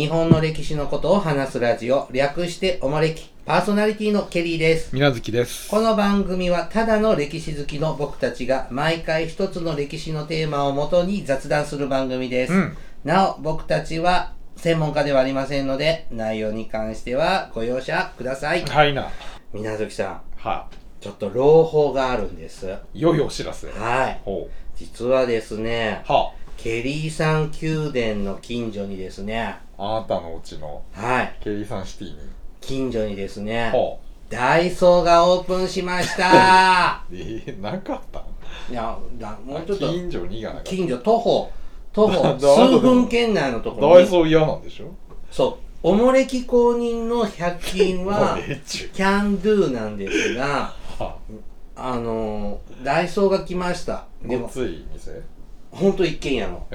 日本の歴史のことを話すラジオ、略しておもれき、パーソナリティのケリーです。 水無月です。 この番組はただの歴史好きの僕たちが毎回一つの歴史のテーマをもとに雑談する番組です。なお、僕たちは専門家ではありませんので、内容に関してはご容赦ください。 はいな。 水無月さん。 はちょっと朗報があるんです。 良いお知らせ。 はい。 ほう。 実はですね、ケリーさん宮殿の近所にですね、 あなたのうちのケリーさんシティに近所にですね、ダイソーがオープンしましたなかったん？ いや、もうちょっと近所にがなかった。 近所徒歩数分圏内のところに。 ダイソー嫌なんでしょ？ そう、おもれき公認の100均はキャンドゥなんですがダイソーが来ました。 でもごつい店？ほんと一軒家の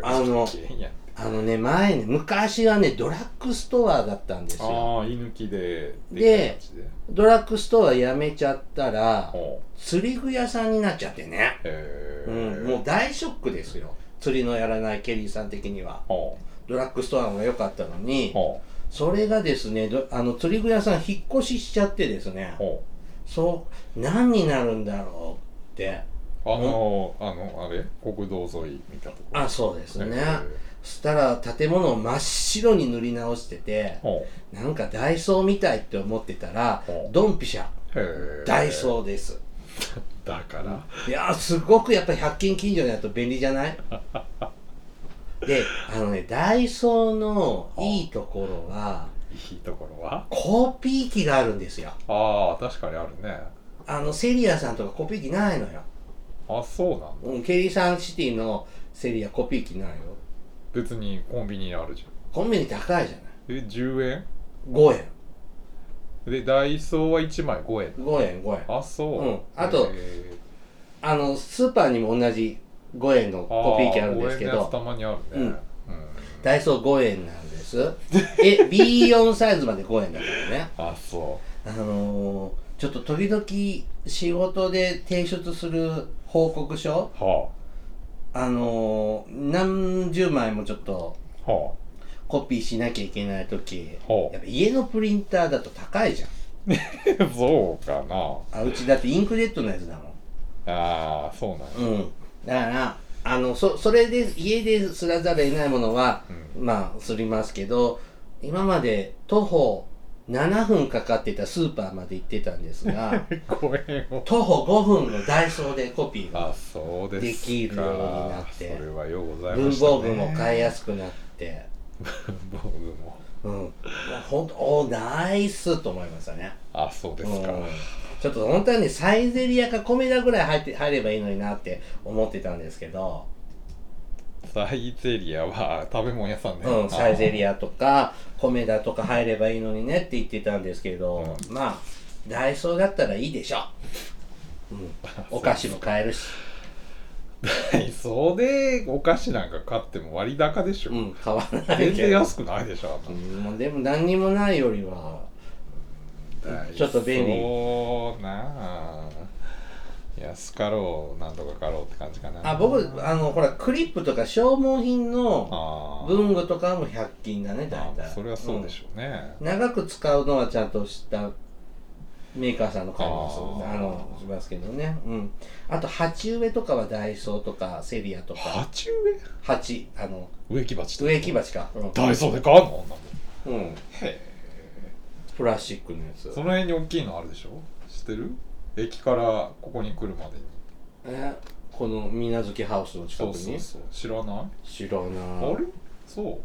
前ね、昔はねドラッグストアだったんですよ。 居抜きでドラッグストア辞めちゃったら釣り具屋さんになっちゃってね。もう大ショックですよ、釣りのやらないケリーさん的には。ドラッグストアが良かったのに、それがですね、釣り具屋さん引っ越ししちゃってですね、何になるんだろうって。 あれ国道沿い見たところ。 そうですね。そしたら建物を真っ白に塗り直してて、なんかダイソーみたいって思ってたら、ドンピシャダイソーです。 だからいやすごくやっぱり100均近所にあると便利じゃない？でダイソーのいいところはコピー機があるんですよ。 確かにあるね。 セリアさんとかコピー機ないのよ。 そうなんだ。 ケリーサンシティのセリアコピー機ないよ。 別にコンビニにあるじゃん。 コンビニ高いじゃない。 10円 5円で、ダイソーは1枚5円 5円そう。 あとスーパーにも同じ5円のコピー機あるんですけど、 5円のやつたまにあるね。 ダイソー5円なんです。B4 サイズまで5円だからね。ちょっと時々仕事で提出する報告書、何十枚もちょっとコピーしなきゃいけないとき、やっぱ家のプリンターだと高いじゃん。 そうかな。 うちだってインクジェットのやつだもん。 そうなんや。 だからそれで家ですらざるを得ないものは、すりますけど、今まで徒歩7分かかってたスーパーまで行ってたんですが徒歩5分のダイソーでコピーができるようになって、 それはようございましたね。 文房具も買いやすくなって文房具も本当ナイスと思いましたね。 そうですか。 ちょっと本当はね、サイゼリヤかコメダぐらい入ればいいのになって思ってたんですけど、 サイゼリヤは食べ物屋さんね。 サイゼリヤとかコメダとか入ればいいのにねって言ってたんですけど、ダイソーだったらいいでしょ。お菓子も買えるし。 ダイソーでお菓子なんか買っても割高でしょ。 買わないけど全然安くないでしょ。 でも何にもないよりはちょっと便利。 そうな安かろうなんとかかろうって感じかな。 僕ほらクリップとか消耗品の文具とかも100均だね、大体。 それはそうでしょうね。 長く使うのはちゃんとしたメーカーさんの買いますしますけどね。あと鉢植えとかはダイソーとかセリアとか。 鉢植え？植木鉢。 植木鉢か。 ダイソーで買うの？ プラスチックのやつ。 その辺に大きいのあるでしょ？知ってる？駅からここに来るまでに。 この水無月ハウスの近くに？ そう知らない？ 知らない。 あれ？そう。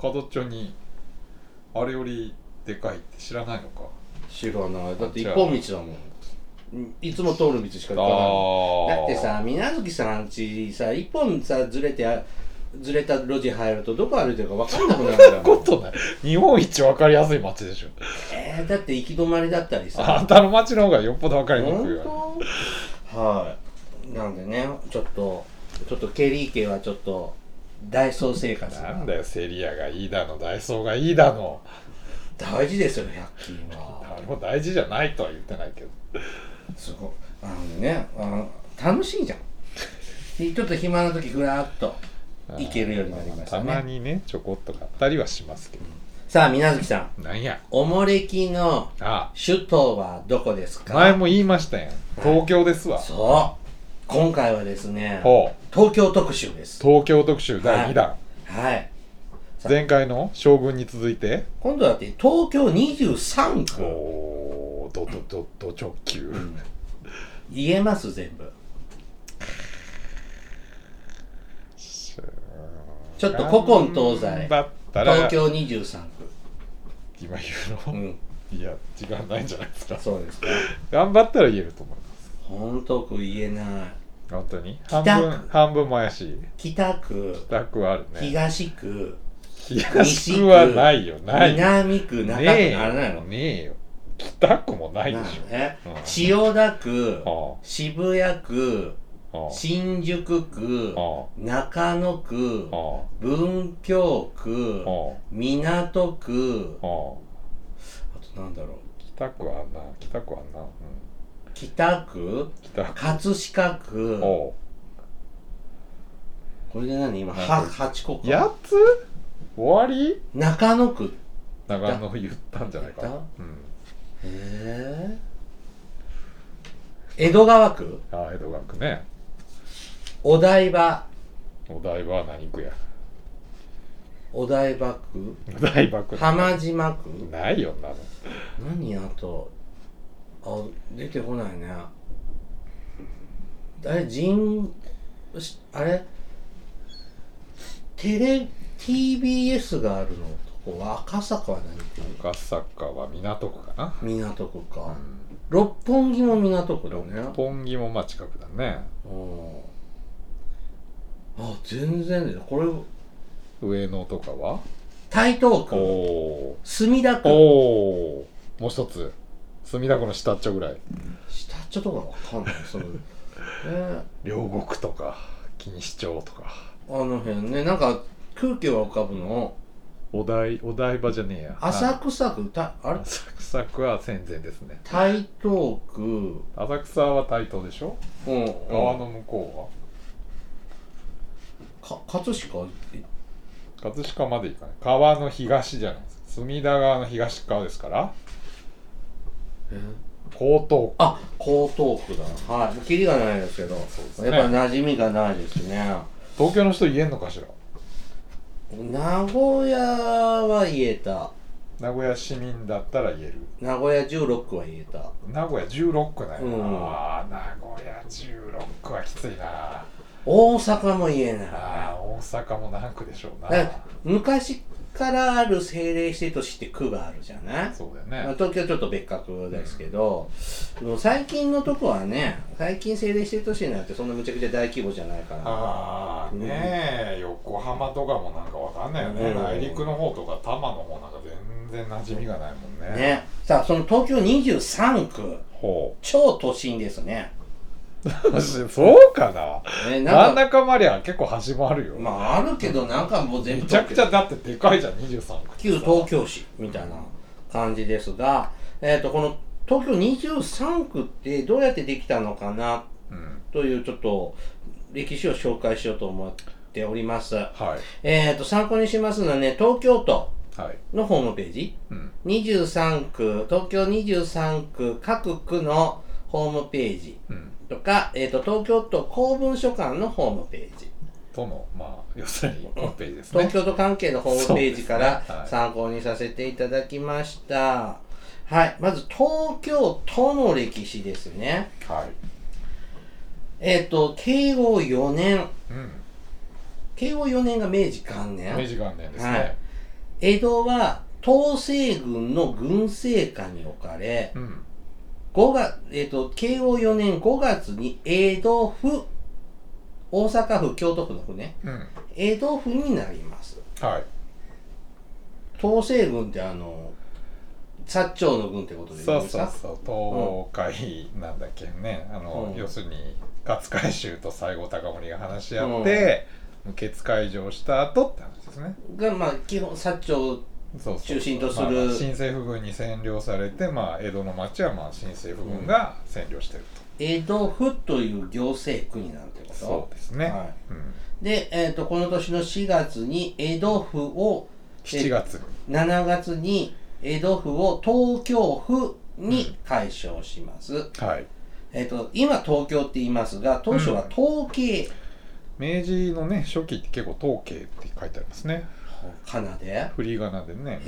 角っちょにあれよりでかいって知らないのか？知らない。 だって一本道だもん。いつも通る道しか行かない。だってさ、水無月さんちさ、一本さずれた路地入るとどこ歩いてるか分かんなくなるから。 そんなことない。日本一分かりやすい街でしょ。 だって行き止まりだったりさ。 あんたの街の方がよっぽど分かりにくいよ。 なんでね、ちょっとケリー家はちょっとダイソー生活なんだよ、セリアがいいだのダイソーがいいだの。 大事ですよ、100均は。 もう大事じゃないとは言ってないけど。 楽しいじゃん。ちょっと暇な時ぐらーっと行けるようになりましたね。 たまにねちょこっと買ったりはしますけど、 さあ水無月さん、 なんやおもれきの首都はどこですか？ 前も言いましたやん、東京ですわ。 そう今回はですね、東京特集です。 東京特集第2弾。 はい、 前回の将軍に続いて今度は東京23区。 おー、ど直球、 言えます全部。ちょっと古今東西東京23区今言うの、いや時間ないんじゃないですか。 そうですか。 頑張ったら言えると思います。 本当く言えない。 本当に半分も怪しい。 北区はあるね。 東区はないよ。 南区中区あれないの？ ねえよ。北区もないでしょ。 千代田区、渋谷区、新宿区、中野区、文京区、港区、あとなんだろう。 北区はあんな。 北区、葛飾区。これで何今8個か。 8つ？終わり？ 中野区。 長野言ったんじゃないかな。 江戸川区？ 江戸川区ね。 お台場は何区や？ お台場区？浜島区？ ないよなの。 何あと出てこないね。あれTBS があるのとこは赤坂は何区？ 赤坂は港区かな。 港区か、六本木も港区だね。 六本木も近くだね。 全然これ上野とかは台東区、墨田区。 もう一つ墨田区の下っちょぐらい。 下っちょとかわかんない。 両国とか錦糸町とかあの辺ね。なんか空気は浮かぶの。 お台場じゃねえや。 浅草区浅草区は戦前ですね。 台東区。 浅草は台東でしょ。川の向こうは葛飾まで行かない。川の東じゃないですか。隅田川の東側ですから。江東区。 江東区だ。はい。キリがないですけど、やっぱ馴染みがないですね。 東京の人言えんのかしら。 名古屋は言えた。 名古屋市民だったら言える。 名古屋16区は言えた。 名古屋16区だよな。名古屋16区はきついな。 大阪も言えない。 大阪も何区でしょうな。 昔からある政令指定都市って区があるじゃない。 そうだよね。 東京ちょっと別格ですけど、最近のとこはね、最近政令指定都市になってそんなむちゃくちゃ大規模じゃないから。 横浜とかもなんかわかんないよね。内陸の方とか多摩の方なんか全然馴染みがないもんね。 さあその東京23区、超都心ですね。 そうかな。真ん中まりは結構端もあるよ。 あるけどなんかもう全部めちゃくちゃだってでかいじゃん。23区旧東京市みたいな感じですが、この東京23区ってどうやってできたのかなというちょっと歴史を紹介しようと思っております。参考にしますのはね、東京都のホームページ、23区東京23区各区のホームページとか、東京都公文書館のホームページとの、要するにホームページですね。 東京都関係のホームページから参考にさせていただきました。まず東京都の歴史ですね。慶応4年、慶応4年が明治元年。 明治元年ですね。 江戸は統制軍の軍政下に置かれ、慶応4年5月に江戸府、大阪府、京都府の府ね、江戸府になります。統制軍って薩長の軍ってことでいいですか？ 東海なんだっけね。要するに勝海舟と西郷隆盛が話し合って、無血開城した後って話ですね。 が基本薩長中心とする新政府軍に占領されて、江戸の町は新政府軍が占領してると。 江戸府という行政区になるってこと？ そうですね。 で、この年の4月に江戸府を 7月 7月に江戸府を東京府に改称します、 はい。 今東京って言いますが当初は東京、 明治のね初期って結構東京って書いてありますね。 かなで振り仮名でね。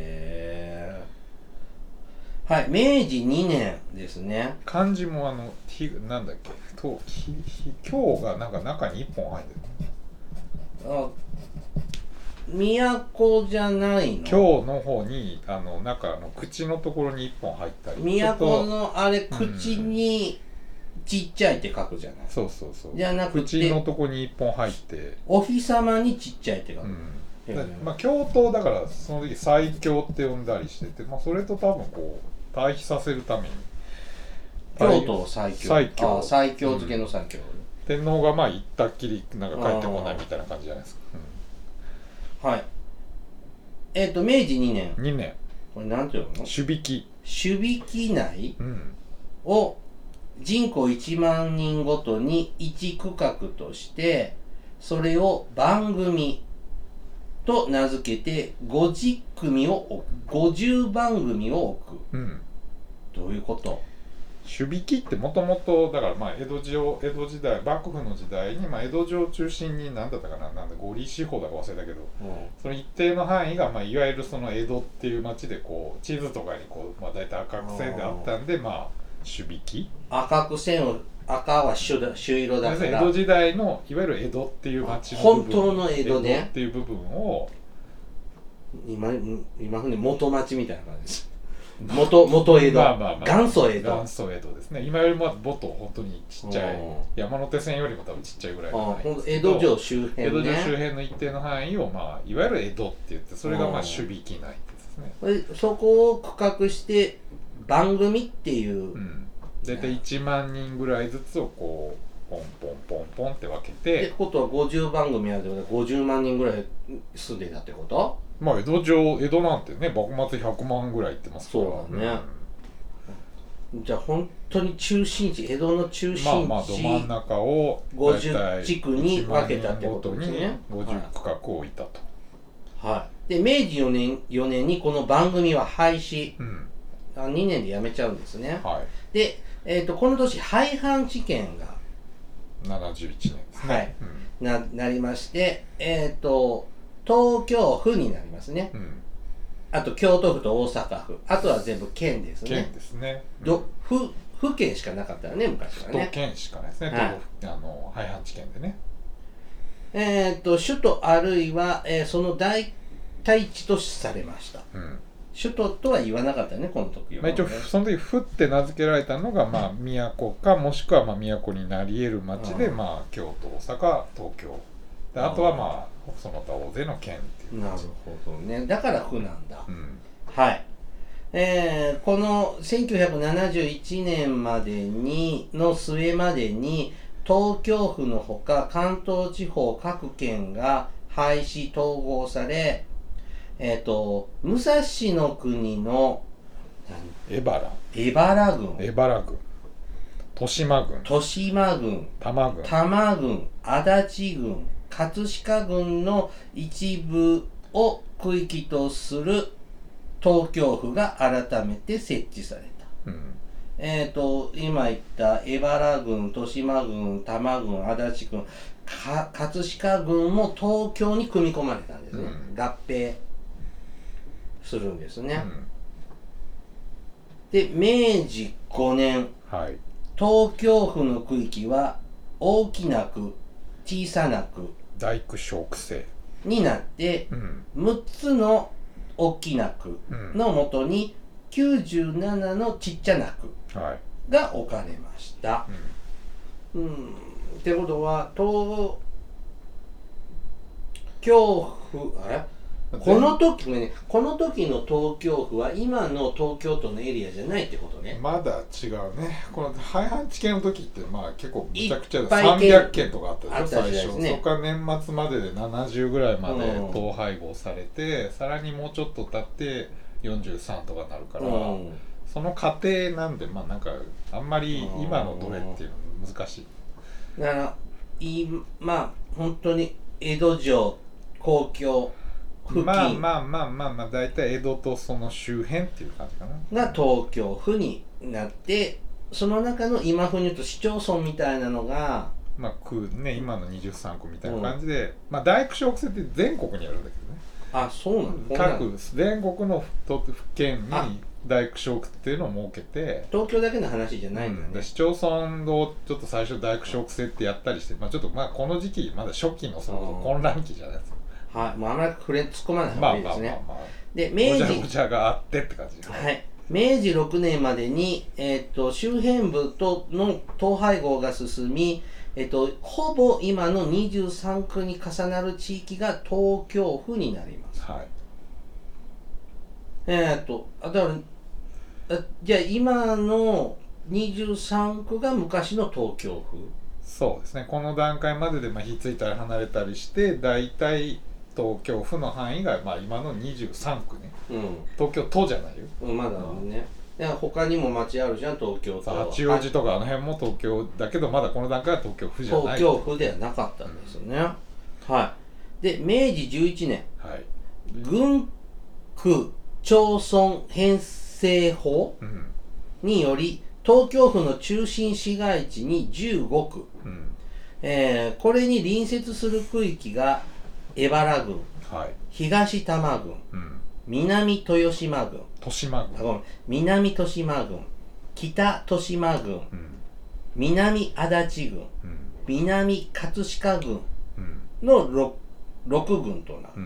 はい、明治2年ですね。 漢字もなんだっけ今日がなんか中に1本入ってる。 都じゃないの。 今日の方に中の口のところに1本入ったり。 都のあれ口にちっちゃいって書くじゃない。 そうそうそう。 じゃなくて口のところに1本入って。 お日様にちっちゃいって書く。 まあ京都だからその時最強って呼んだりしてて、まあそれと多分こう対比させるために。 京都最強。最強付けの最強。 天皇がまあ行ったっきりなんか帰ってこないみたいな感じじゃないですか。 はい。明治2年。 2年。 これなんていうの？ 朱引。 朱引内を人口1万人ごとに1区画として、それを番組と名付けて50番組を置く。どういうこと？ 朱引ってもともとだからまあ江戸時代幕府の時代にまあ江戸城を中心に何だったかな、なんだ五里四方だか忘れたけど、その一定の範囲がまあいわゆるその江戸っていう町でこう地図とかにこうまあ大体赤く線であったんでまあ朱引。 赤く線を赤は朱色だから。 江戸時代のいわゆる江戸っていう町の本当の江戸ね。 江戸っていう部分を今ふうに元町みたいな感じです。元江戸、元祖江戸。 元祖江戸ですね。今よりももっと本当にちっちゃい、山手線よりも多分ちっちゃいぐらいの範囲ですけど、 江戸城周辺ね。 江戸城周辺の一定の範囲をまあいわゆる江戸って言って、それがまあ朱引内ですね。 そこを区画して番組っていう、 大体1万人ぐらいずつをこうポンポンポンポンって分けて。 ってことは50番組あるってことは50万人ぐらい住んでたってこと？ まあ江戸なんてね幕末100万ぐらい行ってますから。 そうだね。じゃあ本当に中心地、江戸の中心地、 まあど真ん中を 50地区に分けたってことですね。 50区画を置いたと。 はい。で明治4年にこの番組は廃止、2年でやめちゃうんですね。 はい。 で、この年廃藩置県が 71年ですね。 はい。なりまして、東京府になりますね。あと京都府と大阪府、あとは全部県ですね。 県ですね。 府県しかなかったらね、昔はね。 府と県しかないですね。廃藩置県でね。 首都あるいは、その代替地とされました。首都とは言わなかったね、この時は、 まあ、一応その時府って名付けられたのがまあ都かもしくはまあ都になり得る町でまあ京都、大阪、東京で、あとはまあその他大勢の県っていう。 なるほどね。だから府なんだ。はい。この1971年までにの末までに東京府のほか関東地方各県が廃止統合され、武蔵の国の荏原郡、豊島郡、多摩郡、 足立郡、葛飾郡の一部を区域とする東京府が改めて設置された。今言った荏原郡、豊島郡、多摩郡、足立郡、葛飾郡も東京に組み込まれたんですね。合併するんですね。で、明治5年、東京府の区域は大きな区、小さな区、 大区小区制になって、6つの大きな区のもとに97のちっちゃな区が置かれました。ってことは東京府この時の東京府は今の東京都のエリアじゃないってことね。 まだ違うね。この廃藩置県の時ってまあ結構むちゃくちゃ300件とかあったでしょ最初、そこから年末までで70ぐらいまで統廃合されて、さらにもうちょっと経って43とかになるから、その過程なんでまあなんかあんまり今のどれっていうの難しい。 だからまあ本当に江戸城公共付近まあ大体江戸とその周辺っていう感じかなが東京府になって、その中の今風に言うと市町村みたいなのがまあ区ね、今の23区みたいな感じで、まあ大工小区制って全国にあるんだけどね。 あ、そうなの。 各全国の府県に大工小区っていうのを設けて、 東京だけの話じゃないんだね。 市町村をちょっと最初大工小区制ってやったりして、まあちょっとまあこの時期まだ初期のその混乱期じゃないですか。 はい、もうあまり突っ込まない方がいいですね。で、 明治ごちゃがあってって感じですね。 はい。明治6年までに、周辺部との統廃合が進み、ほぼ今の23区に重なる地域が東京府になります。 はい。 だからじゃあ今の23区が昔の東京府？ そうですね。この段階まででひっついたり離れたりして、だいたい東京府の範囲が今の23区ね。東京都じゃないよ。 まだね。他にも町あるじゃん、東京都。 八王子とかあの辺も東京だけど、まだこの段階は東京府じゃない。 東京府ではなかったんですよね。はい。で、明治11年、郡区町村編成法により、東京府の中心市街地に15区、これに隣接する区域が江原郡、東多摩郡、南豊島郡、南豊島郡、北豊島郡、南足立郡、南葛飾郡の 6郡となる、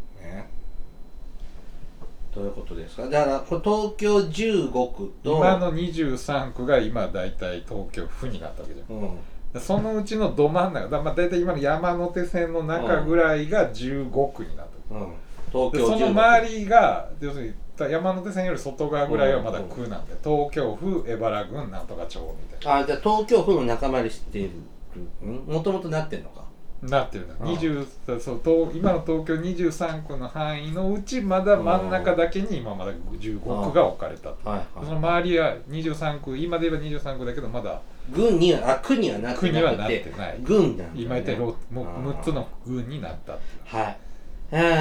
どういうことですか？だから東京15区と今の23区が今だいたい東京府になったわけじゃん、そのうちのど真ん中だいたい今の山手線の中ぐらいが15区になった、東京15区その周りが要するに山手線より外側ぐらいはまだ区なんで、東京府江原郡なんとか町みたいな。 じゃあ東京府の仲間にしている、もともとなってんのか。 なってるな。今の東京23区の範囲のうちまだ真ん中だけに今まだ15区が置かれたと。その周りは23区、今で言えば23区だけどまだ区にはなってなくてない。 郡なんだ、ね、 今言った6つの郡になった。 はい。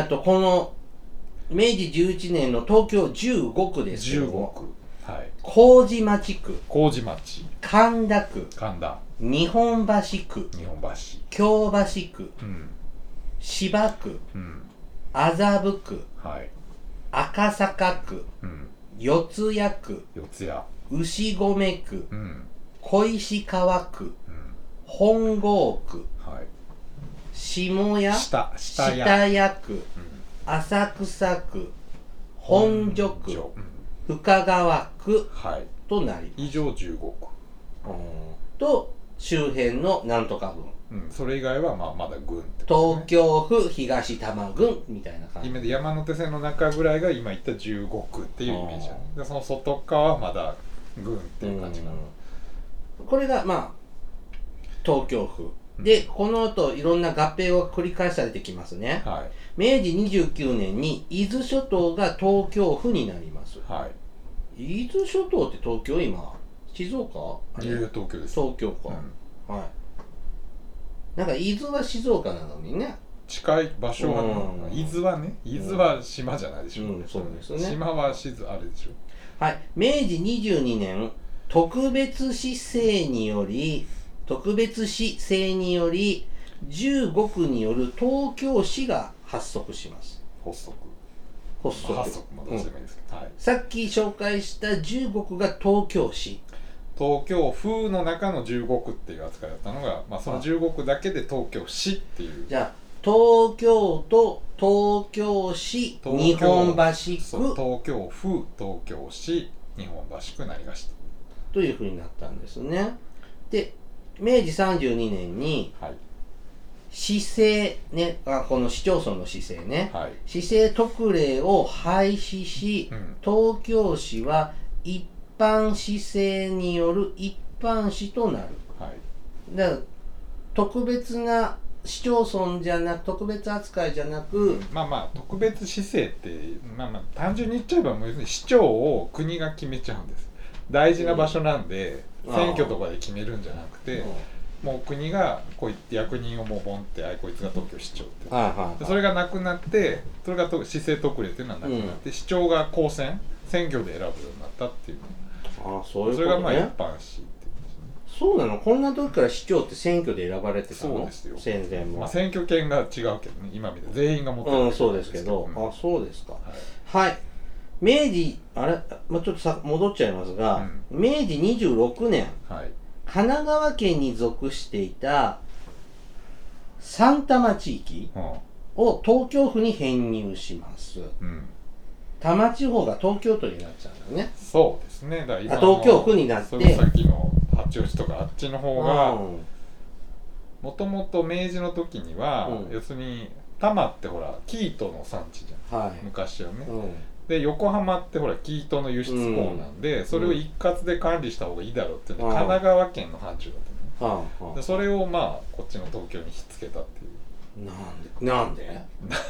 この明治11年の東京15区ですけども、15区、はい、麹町区、神田区、日本橋区、京橋区、芝区、麻布区、赤坂区、四谷区、牛込区、小石川区、本郷区、下谷区、浅草区、本所区、深川区となります。 以上15区と周辺のなんとか郡、 それ以外はまだ郡って、 東京府東多摩郡みたいな感じ。 今で山手線の中ぐらいが今言った15区っていうイメージで、その外側はまだ郡っていう感じなの。 これが東京府で、この後いろんな合併を繰り返されてきますね。明治29年に伊豆諸島が東京府になります。伊豆諸島って東京？今静岡？ 東京です。 東京か、はい。なんか伊豆は静岡なのにね、 近い場所は、伊豆はね、伊豆は島じゃないでしょう、 そうですね。 島はあれでしょ。 はい。明治22年特別市政により15区による東京市が発足します。 発足もどうしてもいいですけど、さっき紹介した15区が東京市。 東京府の中の15区っていう扱いだったのが、その15区だけで東京市っていう。 じゃあ東京都、東京市、日本橋区、 東京府、東京市、日本橋区なりがしたというふうになったんですね。で、明治32年に、市政ね、この市町村の市政ね、市政特例を廃止し、東京市は一般市政による一般市となる。だから特別な市町村じゃなく、特別扱いじゃなく、 特別市政って単純に言っちゃえばもう市長を国が決めちゃうんです。大事な場所なんで、選挙とかで決めるんじゃなくて、 もう国がこう役人をもうボンってこいつが東京市長って、 はいはいはい、 でそれがなくなってそれが市政特例っていうのはなくなって、市長が公選挙で選ぶようになったっていう、 そういうことね、 それがまあ一般市っていうそうなの。こんな時から市長って選挙で選ばれてたの？ そうですよ。 戦前も、 選挙権が違うけどね、今みたいに全員が持ってる、 そうですけど、そうですか。はい、明治ちょっと戻っちゃいますが、明治26年、神奈川県に属していた三多摩地域を東京府に編入します。多摩地方が東京都になっちゃうんだね。 そうですね。だから今東京府になって、 それさっきの八王子とかあっちの方が、もともと明治の時には、要するに多摩ってほら生糸の産地じゃん、昔はね。で横浜ってほら生糸の輸出港なんで、それを一括で管理した方がいいだろうっていうのは神奈川県の範疇だったね。でそれをまあこっちの東京にひっつけたっていう。 なんで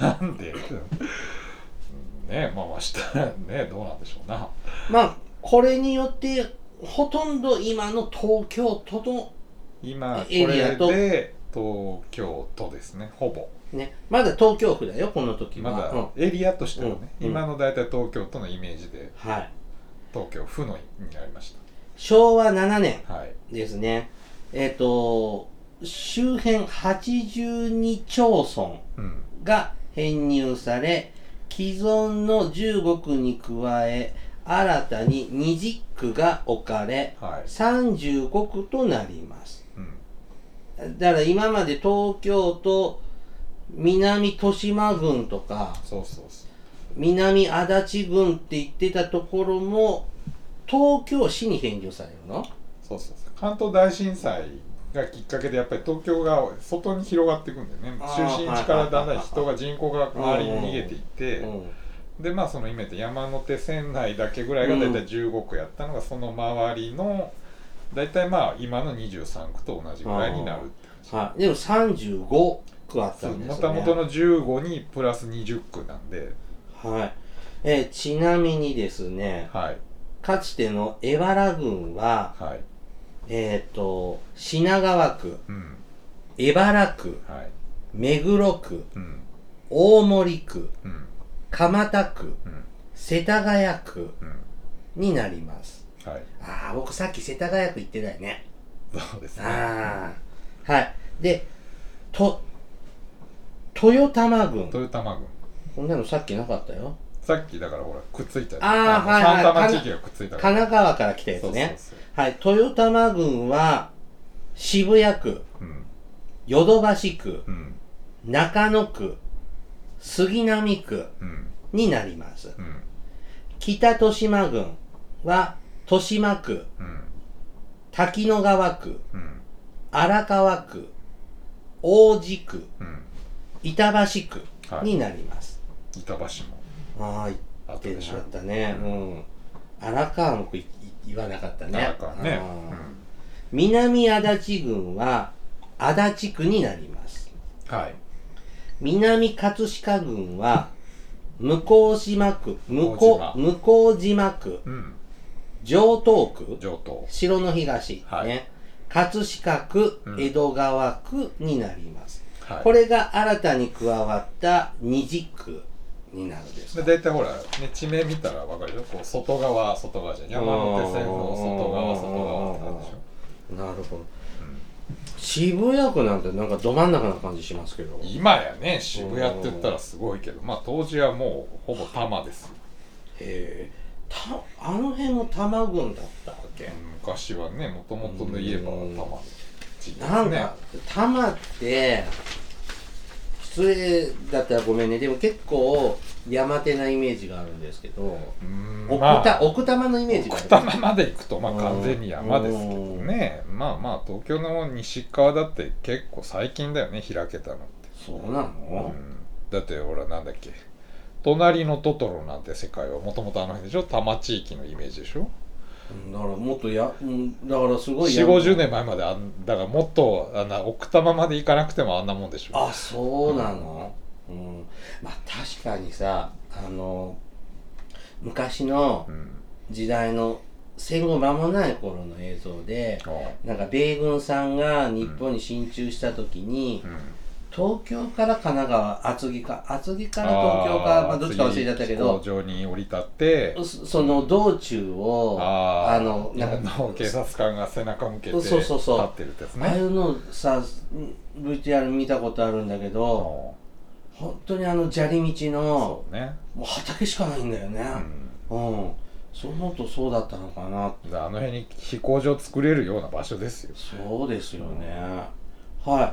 ね、まあ明日ねどうなんでしょうな。 まあこれによってほとんど今の東京都のエリアと、 今これで東京都ですね、ほぼね。まだ東京府だよこの時は。 まだエリアとしてはね、今の大体東京都のイメージで、東京府のになりました。 昭和7年ですね。周辺82町村が編入され、既存の15区に加え新たに20区が置かれ、35区となります。だから今まで東京都南豊島郡とか南足立郡って言ってたところも東京市に編入されるの？ 関東大震災がきっかけでやっぱり東京が外に広がっていくんだよね。中心地からだんだん人が人口が周りに逃げていって、でまあその今言った山手線内だけぐらいがだいたい15区やったのが、その周りのだいたいまあ今の23区と同じぐらいになるって感じ。でも35区あったんですね。 もともとの15にプラス20区なんで。 ちなみにですね、かつての江原郡は、品川区、江原区、目黒区、大森区、蒲田区、世田谷区になります。僕さっき世田谷区言ってたよね。 そうですね。 で、豊玉郡。こんなのさっきなかったよ。 さっきだからほらくっついたやつ。三多摩地域がくっついた。 神奈川から来たやつね。豊玉郡は渋谷区、ヨドバシ区、中野区、杉並区になります。北豊島郡は豊島区、滝野川区、荒川区、王子区、板橋区になります。 板橋も言ってなかったね。荒川も言わなかったね。南足立郡は足立区になります。南葛飾郡は向島区、向島区、城東区、城の東、葛飾区、江戸川区になります。これが新たに加わった20区になるんです。 だいたいほら、地名見たら分かるよ。こう外側じゃん。山手線の外側ってなんでしょ。 なるほど。渋谷区なんてなんかど真ん中な感じしますけど。 今やね、渋谷って言ったらすごいけど、まあ当時はもうほぼ多摩ですよ。 あの辺も多摩郡だったわけ？ 昔はね、もともとで言えば多摩地域ですね。 なんか多摩って失礼だったらごめんね。でも結構山手なイメージがあるんですけど、奥多摩のイメージがある。 奥多摩まで行くと完全に山ですけどね。まあ東京の西側だって結構最近だよね、開けたのって。 そうなの？ だってほらなんだっけ、隣のトトロなんて世界はもともとあの辺でしょ、多摩地域のイメージでしょ。 だからもっとだからすごい 4、50年前までだからもっと奥多摩まで行かなくてもあんなもんでしょ。 そうなの？まあ確かにさ、昔の時代の戦後間もない頃の映像で、なんか米軍さんが日本に進駐した時に、東京から神奈川、厚木から東京か、どっちか忘れちゃったけど、 飛行場に降り立って、 その道中を、 なんか警察官が背中向けて立ってるってやつね。 ああいうのさ、VTR 見たことあるんだけど、本当に砂利道の、もう畑しかないんだよね。そう思うとそうだったのかな。 あの辺に飛行場作れるような場所ですよ。 そうですよね。はい。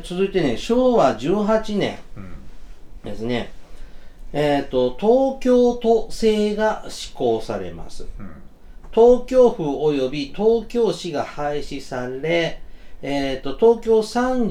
続いてね、昭和18年ですね。東京都制が施行されます。東京府及び東京市が廃止され、東京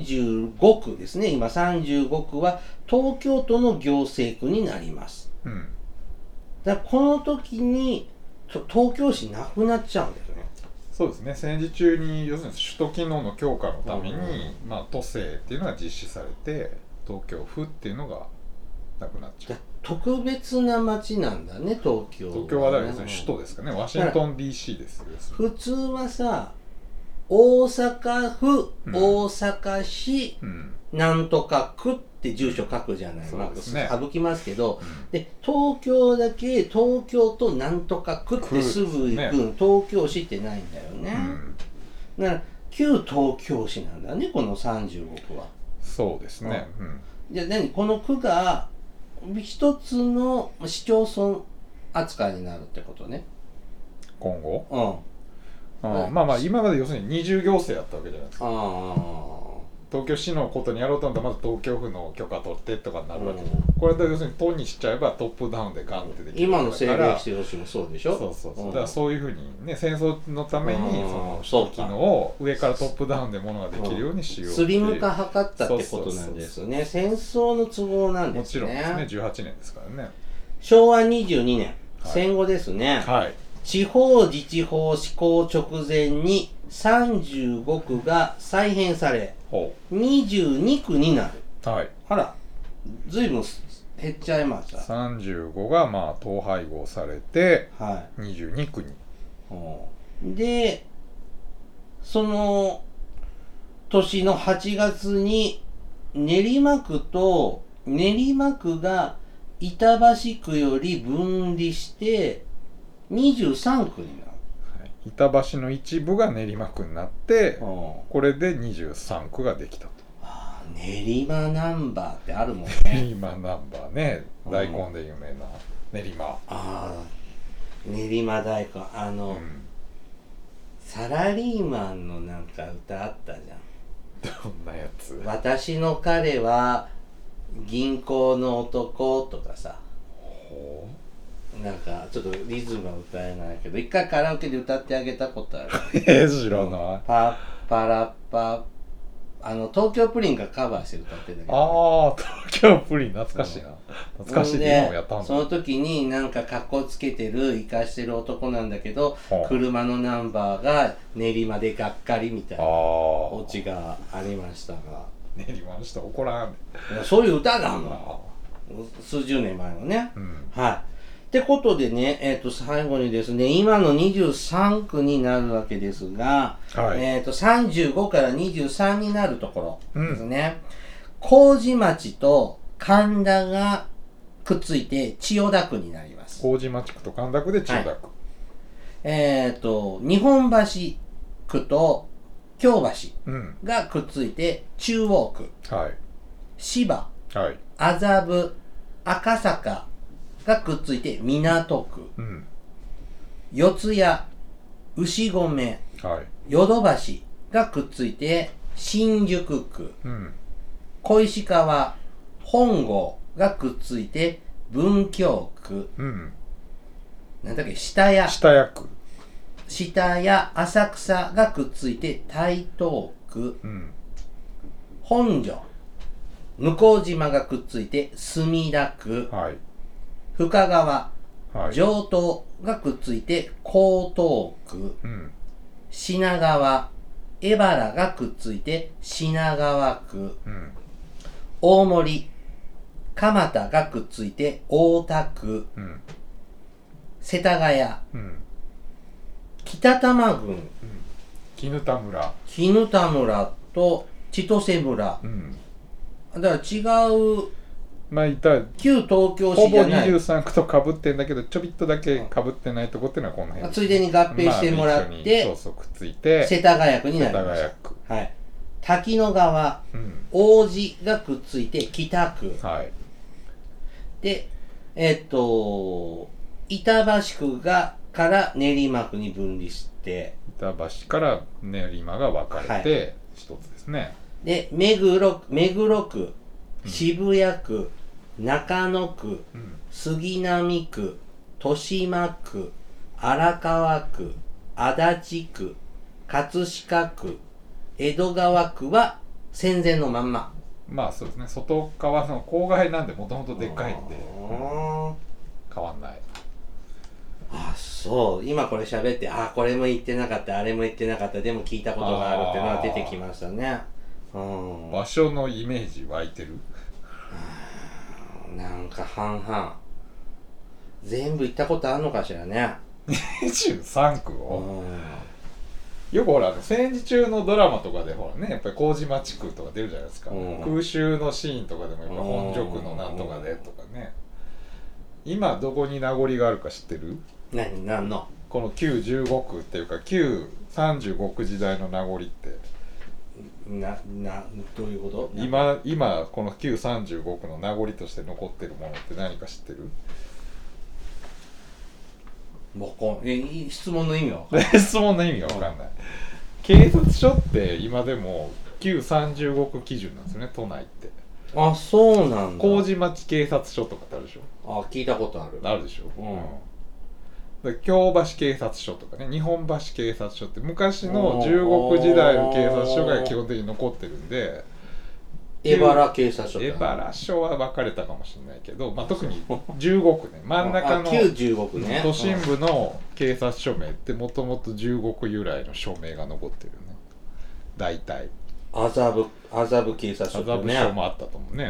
35区ですね。今35区は東京都の行政区になります。だからこの時に東京市なくなっちゃうんですね。 そうですね。戦時中に要するに首都機能の強化のために、都政っていうのが実施されて、東京府っていうのがなくなっちゃう。 特別な街なんだね、東京は、ね。 東京はだから首都ですかね。ワシントン DC ですよ。 普通はさ、大阪府、大阪市、なんとか区って住所書くじゃない。省きますけど、で東京だけ東京都なんとか区ってすぐ行く、東京市ってないんだよね。だから旧東京市なんだね、この35区は。 そうですね。 じゃあこの区が一つの市町村扱いになるってことね。 今後。今まで要するに二重行政やったわけじゃないですか。東京市のことにやろうと思ったらまず東京府の許可取ってとかになるわけで、これで要するに都にしちゃえばトップダウンでガンってできる今の政令指定都市もそうでしょ。 だからそういうふうにね、戦争のためにその首都機能を上からトップダウンでものができるようにしようスリム化図ったってことなんですね。戦争の都合なんですね。 もちろんですね。18年ですからね。 昭和22年、戦後ですね。地方自治法施行直前に35区が再編され、22区になる。あら、ずいぶん減っちゃいました。 35が統廃合されて、22区に。 で、その年の8月に練馬区と練馬区が板橋区より分離して23区になる。 板橋の一部が練馬区になって、これで23区ができたと。 練馬ナンバーってあるもんね。 練馬ナンバーね、大根で有名な練馬。 練馬大根、サラリーマンのなんか歌あったじゃん。どんなやつ？ 私の彼は銀行の男とかさ。なんかちょっとリズムは歌えないけど、一回カラオケで歌ってあげたことある。 知らない。 パッパラッパ、東京プリンがカバーして歌ってたけど、 東京プリン懐かしいな。懐かしいね。今もやったんだ。 その時になんか格好つけてる生かしてる男なんだけど、車のナンバーが練馬でがっかりみたいなオチがありましたが、 練馬の人怒らん。 そういう歌だもん。数十年前のね。はい。ってことでね、最後にですね、今の23区になるわけですが、35から23になるところですね。麹町と神田がくっついて千代田区になります。 麹町区と神田区で千代田区。 日本橋区と京橋がくっついて中央区。芝、麻布、赤坂がくっついて港区、四谷、牛込、ヨドバシがくっついて新宿区、小石川、本郷がくっついて文京区、なんだっけ、下谷区、下谷、浅草がくっついて台東区、本所、向島がくっついて墨田区、深川、城東がくっついて江東区、品川、江原がくっついて品川区、大森、蒲田がくっついて大田区、世田谷、 北多摩郡、 絹田村と千歳村、だから違う、 まあいた旧東京市じゃない、 ほぼ23区とかぶってんだけどちょびっとだけかぶってないとこっていうのはこの辺、 ついでに合併してもらって、 そうくっついて世田谷区になりました。はい、滝野川、王子がくっついて北区、で板橋区から練馬区に分離して、 板橋から練馬が分かれて一つですね。 で目黒区、渋谷区、中野区、杉並区、豊島区、荒川区、足立区、葛飾区、江戸川区は戦前のまんま。 まあそうですね、外側の郊外なんでもともとでっかいんで変わんない。 あ、そう、今これ喋って、これも言ってなかった、あれも言ってなかった、でも聞いたことがあるっていうのが出てきましたね。 場所のイメージ湧いてる？ なんか半々。全部行ったことあるのかしらね。 23区をよくほら戦時中のドラマとかでほらね、やっぱり麹町区とか出るじゃないですか。空襲のシーンとかでもやっぱ本所区のなんとかでとかね。今どこに名残があるか知ってる？ 何の？ この旧15区っていうか旧35区時代の名残ってどういうこと？ 今この旧35区の名残として残ってるものって何か知ってる？ 質問の意味は分かんない。 質問の意味が分かんない。警察署って今でも旧35区基準なんですよね、都内って。 あ、そうなんだ。 麹町警察署とかってあるでしょ。 聞いたことある。 あるでしょ。京橋警察署とかね、日本橋警察署って昔の15区時代の警察署が基本的に残ってるんで。 江原警察署。 江原署は分かれたかもしれないけど、特に15区ね、真ん中の旧15区ね、 都心部の警察署名ってもともと15区由来の署名が残ってるね。大体麻布警察署ね。 麻布署もあったと思うね。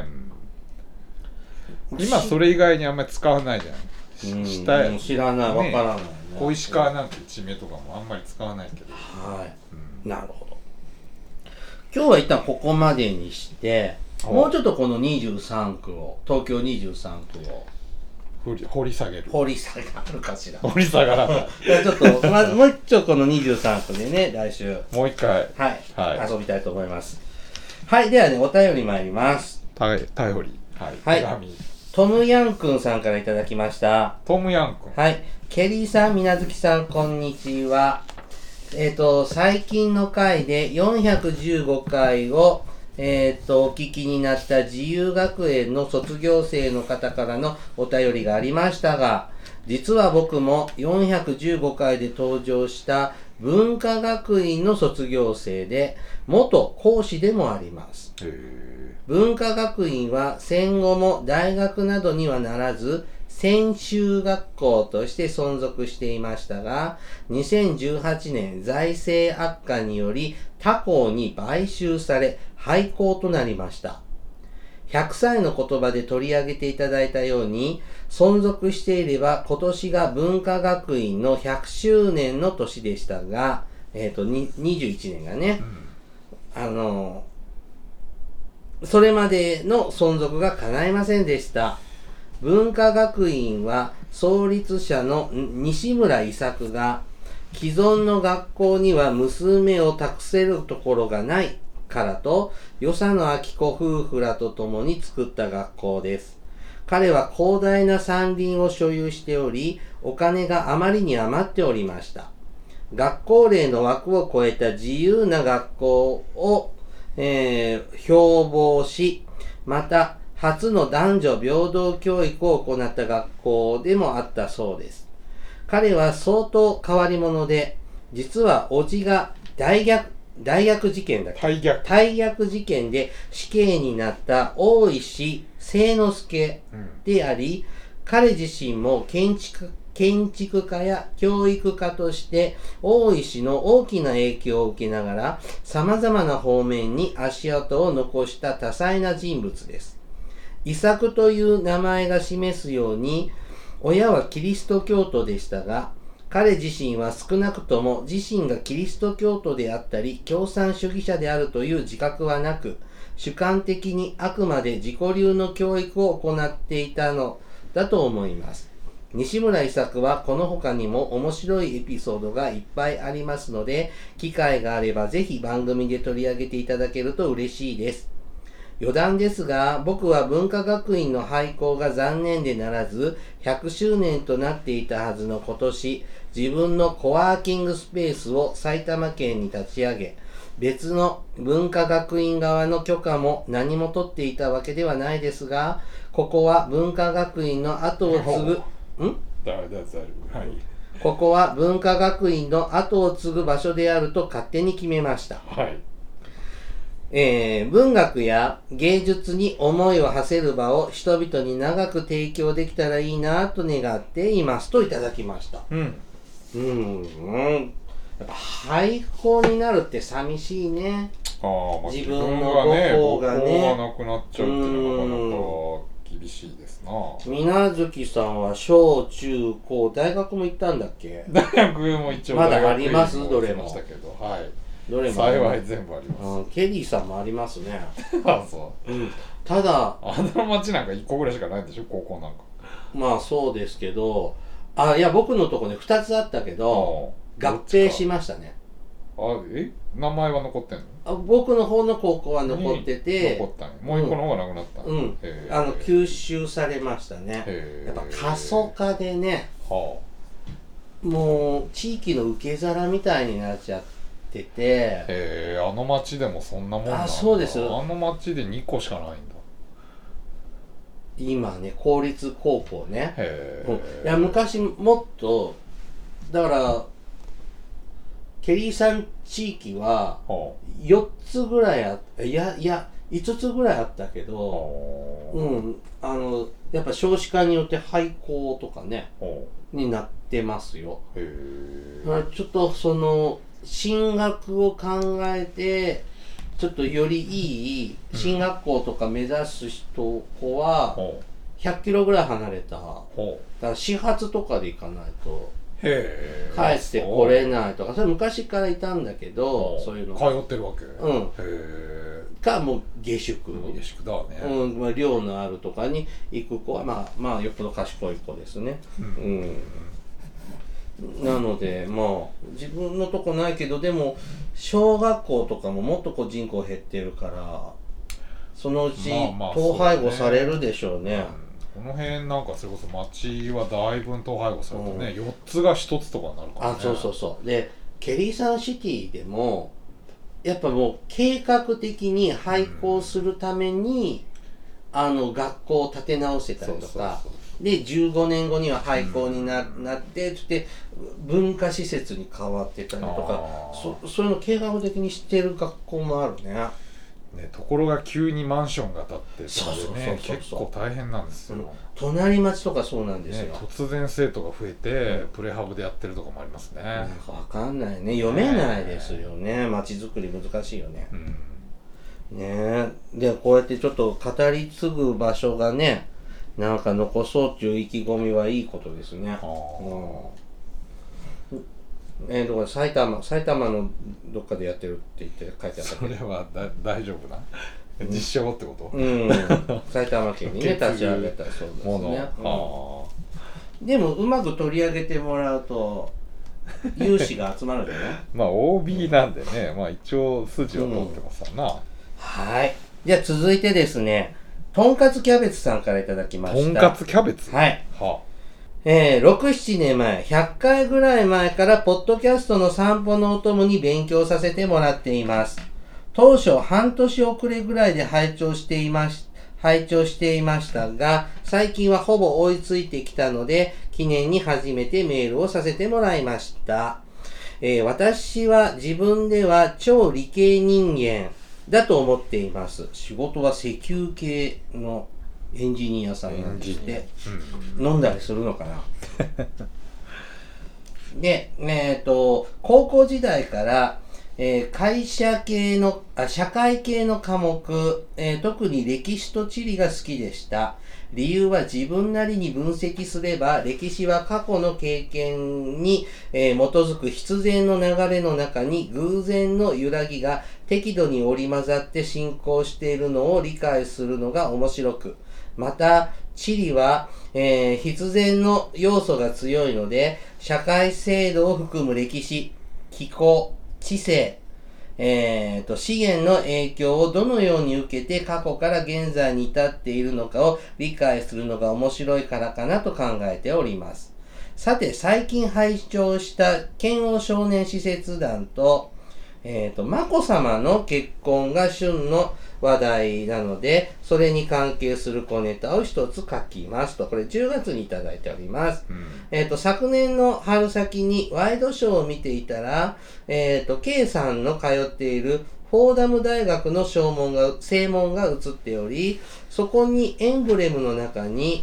今それ以外にあんまり使わないじゃん。 知らない、分からない、 小石川なんて地名とかもあんまり使わないけど。 なるほど。今日は一旦ここまでにして、もうちょっとこの23区を、東京23区を掘り下げる。 掘り下がるかしら。 掘り下がらない。 ちょっとまずもう一丁この23区でね、来週もう一回遊びたいと思います。はい、ではね、お便り参ります。 頼り。 はい。トムヤンくんさんからいただきました。 トムヤンくん。 はい。ケリーさん、みなずきさん、こんにちは。最近の回で415回を、お聞きになった自由学園の卒業生の方からのお便りがありましたが、実は僕も415回で登場した文化学院の卒業生で、元講師でもあります。文化学院は戦後も大学などにはならず、専修学校として存続していましたが、2018年財政悪化により他校に買収され廃校となりました。100歳の言葉で取り上げていただいたように、存続していれば今年が文化学院の100周年の年でしたが、21年がね、それまでの存続が叶いませんでした。文化学院は創立者の西村伊作が既存の学校には娘を託せるところがないからと与謝野晶子夫婦らと共に作った学校です。彼は広大な山林を所有しており、お金があまりに余っておりました。学校令の枠を超えた自由な学校を、標榜し、また初の男女平等教育を行った学校でもあったそうです。彼は相当変わり者で、実は叔父が大逆事件で死刑になった大石清之助であり、彼自身も建築家や教育家として大石の大きな影響を受けながら様々な方面に足跡を残した多彩な人物です。伊作という名前が示すように、親はキリスト教徒でしたが、 彼自身は少なくとも自身がキリスト教徒であったり共産主義者であるという自覚はなく、主観的にあくまで自己流の教育を行っていたのだと思います。西村伊作はこの他にも面白いエピソードがいっぱいありますので、機会があればぜひ番組で取り上げていただけると嬉しいです。余談ですが、僕は文化学院の廃校が残念でならず、100周年となっていたはずの今年、自分のコワーキングスペースを埼玉県に立ち上げ、別の文化学院側の許可も何も取っていたわけではないですが、ここは文化学院の後を継ぐ、ここは文化学院の後を継ぐ場所であると勝手に決めました。 はい。 文学や芸術に思いを馳せる場を人々に長く提供できたらいいなと願っていますといただきました。やっぱ廃校になるって寂しいね。自分の母校がね、 なくなっちゃうっていうのがなかなか厳しいですな。 水月さんは小中高大学も行ったんだっけ？ 大学も一応まだあります？どれも。 はい。 どれも幸い全部あります。 ケリーさんもありますね。 あ、そう。 ただあの町なんか1個ぐらいしかないんでしょ、高校なんか。 まあそうですけど、いや僕のとこね2つあったけど合併しましたね。 名前は残ってんの？ 僕の方の高校は残ってて、 残ったね。もう一個の方がなくなった。 吸収されましたね。やっぱ過疎化でね、もう地域の受け皿みたいになっちゃってて、 あの町でもそんなもんなんだ。 そうです。 あの町で2個しかないんだ。 今ね、公立高校ね。いや昔もっとだからケリーさん地域は4つぐらい5つぐらいあったけど、やっぱ少子化によって廃校とかねになってますよ。ちょっとその進学を考えてちょっとよりいい進学校とか目指す子は100キロぐらい離れた、だから始発とかで行かないと帰ってこれないとか、それ昔からいたんだけど、そういうの通ってるわけ。 かもう下宿だね。 寮のあるとかに行く子はまあよっぽど賢い子ですね。なので自分のとこないけど、でも小学校とかももっと人口減ってるから、そのうち統廃合されるでしょうね。 この辺なんかそれこそ町はだいぶ統廃合されてね、4つが1つとかになるからね。そうでケリーサンシティでもやっぱもう計画的に廃校するために、学校を建て直せたりとかで、15年後には廃校になって文化施設に変わってたりとか、そういうの計画的にしてる学校もあるね。ところが急にマンションが建ってとかでね、結構大変なんですよ。 隣町とかそうなんですよ。 突然生徒が増えてプレハブでやってるとかもありますね。 分かんないね、読めないですよね。町づくり難しいよね。でこうやってちょっと語り継ぐ場所がね、なんか残そうっていう意気込みはいいことですね。だから埼玉のどっかでやってるって書いてあった。 それは大丈夫な実証ってこと？ 埼玉県にね立ち上げたそうですね。でもうまく取り上げてもらうと有志が集まるんじゃない？ OB なんでね、一応筋は通ってますわな。 はい。じゃあ続いてですね、とんかつキャベツさんからいただきました。 とんかつキャベツ？ はい。6、7年前、100回ぐらい前からポッドキャストの散歩のお供に勉強させてもらっています。当初半年遅れぐらいで拝聴していましたが、最近はほぼ追いついてきたので、記念に初めてメールをさせてもらいました。私は自分では超理系人間だと思っています。仕事は石油系のエンジニアさんなんですって。飲んだりするのかなで、高校時代から会社系の社会系の科目、特に歴史と地理が好きでした。理由は自分なりに分析すれば、歴史は過去の経験に、基づく必然の流れの中に偶然の揺らぎが適度に織り交ざって進行しているのを理解するのが面白く、また地理は、必然の要素が強いので、社会制度を含む歴史、気候、知性、資源の影響をどのように受けて過去から現在に至っているのかを理解するのが面白いからかなと考えております。さて、最近拝聴した剣王少年使節団と、眞子さまの結婚が旬の話題なので、それに関係する小ネタを一つ書きますと。これ10月にいただいております。昨年の春先にワイドショーを見ていたら、K さんの通っているフォーダム大学の正門が映っており、そこにエンブレムの中に、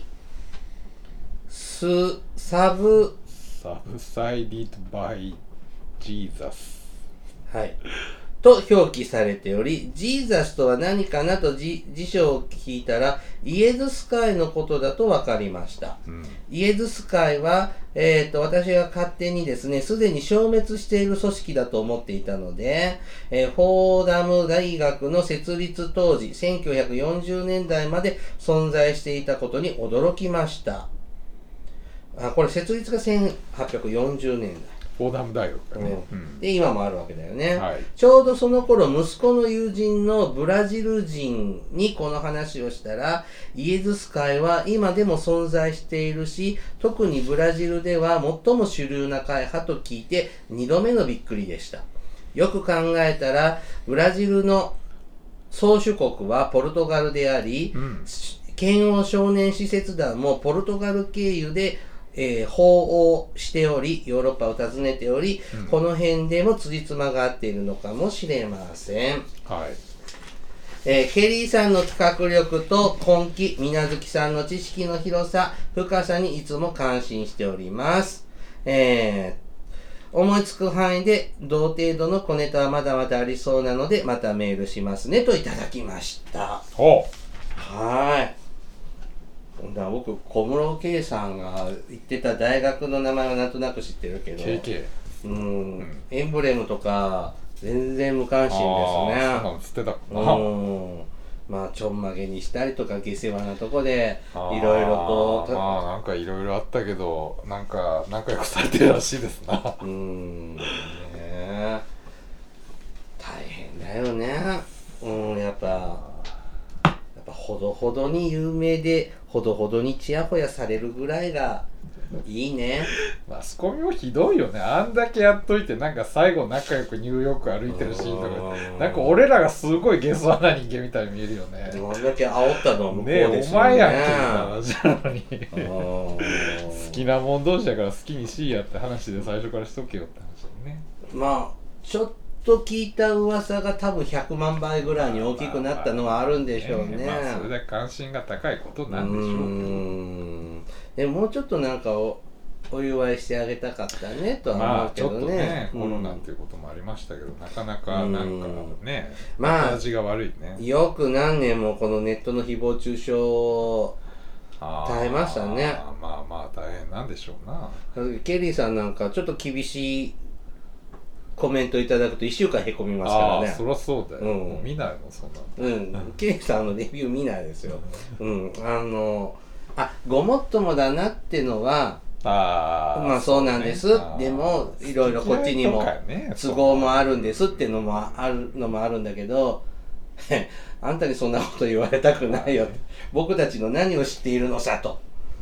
サブサイディッドバイジーザスはい。と表記されており、ジーザスとは何かなと辞書を聞いたら、イエズス会のことだと分かりました。イエズス会は、私が勝手にですね、すでに消滅している組織だと思っていたので、フォーダム大学の設立当時、1940年代まで存在していたことに驚きました。これ設立が1840年代。 フォーダム大学がね、 で今もあるわけだよね、 はい、 ちょうどその頃息子の友人のブラジル人にこの話をしたら、イエズス会は今でも存在しているし、特にブラジルでは最も主流な会派と聞いて2度目のびっくりでした。よく考えたらブラジルの宗主国はポルトガルであり、剣王少年使節団もポルトガル経由で訪欧しており、ヨーロッパを訪ねており、この辺でも辻褄が合っているのかもしれません。 はい。 ケリーさんの企画力と根気、水無月さんの知識の広さ、深さにいつも感心しております。思いつく範囲で同程度の小ネタはまだまだありそうなので、またメールしますねといただきました。はい。僕、小室圭さんが行ってた大学の名前はなんとなく知ってるけど、エンブレムとか全然無関心ですね。 そうなんつってたかな。 まあちょんまげにしたりとか下世話なとこでいろいろとなんかいろいろあったけど、なんか仲良くされてるらしいですな。 ねえ、大変だよね。やっぱほどほどに有名でほどほどにちやほやされるぐらいがいいね。 マスコミもひどいよね。あんだけやっといて、なんか最後仲良くニューヨーク歩いてるシーンとか、なんか俺らがすごいゲスな人間みたいに見えるよね。 あんだけ煽ったのは向こうですよね。 お前やんけみたいな話なのに好きなもん同士だから好きにしいやって話で最初からしとけよって話だよね。 まあちょっと聞いた噂が多分100万倍ぐらいに大きくなったのはあるんでしょうね。 それだけ関心が高いことなんでしょうけど。でももうちょっとなんかお祝いしてあげたかったねとは思うけどね。 ちょっとね、コロナっていうこともありましたけど、なかなかなんかね、味が悪いね。 よく何年もこのネットの誹謗中傷を耐えましたね。 まあ大変なんでしょうな。 ケリーさんなんかちょっと厳しいコメントいただくと1週間へこみますからね。 そりゃそうだよ。もう見ないのそんな。 ケリーさんのレビュー見ないですよ。ごもっともだなってのはまあそうなんです。でもいろいろこっちにも都合もあるんですってのもあるんだけど、あんたにそんなこと言われたくないよ。僕たちの何を知っているのさと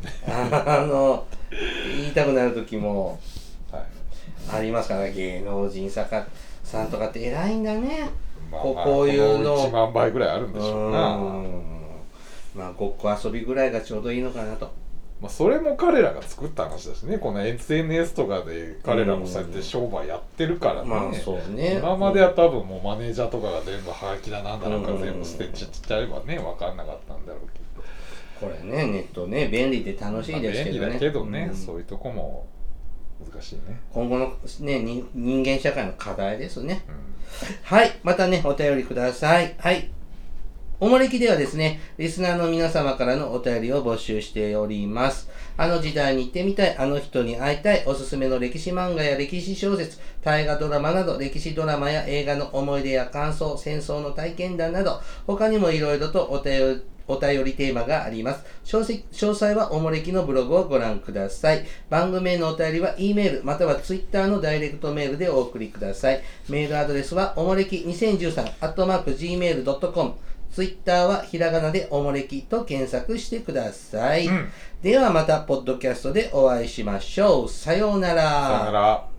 言いたくなる時もありますから、芸能人作家さんとかって偉いんだね。こういうの 1万倍ぐらいあるんでしょうな。 まあごっこ遊びぐらいがちょうどいいのかなと。 それも彼らが作った話だしね。この SNS とかで彼らもそうやって商売やってるからね。 まあそうね。 今までは多分もうマネージャーとかが全部ハガキだなんだなんか全部捨てちゃえばね、分かんなかったんだろうけど。 これね、ネットね、便利で楽しいですけどね。 便利だけどね、そういうとこも難しいね。 今後のね、人間社会の課題ですね。はい。またね、お便りください。はい。おもれきではですね、リスナーの皆様からのお便りを募集しております。あの時代に行ってみたい、あの人に会いたい、おすすめの歴史漫画や歴史小説、大河ドラマなど、歴史ドラマや映画の思い出や感想、戦争の体験談など、他にもいろいろとお便りテーマがあります。詳細はおもれきのブログをご覧ください。番組へのお便りは E メールまたは Twitter のダイレクトメールでお送りください。メールアドレスはおもれき2013@gmail.com。ツイッターはひらがなでおもれきと検索してください。ではまたポッドキャストでお会いしましょう。さようなら。 さようなら。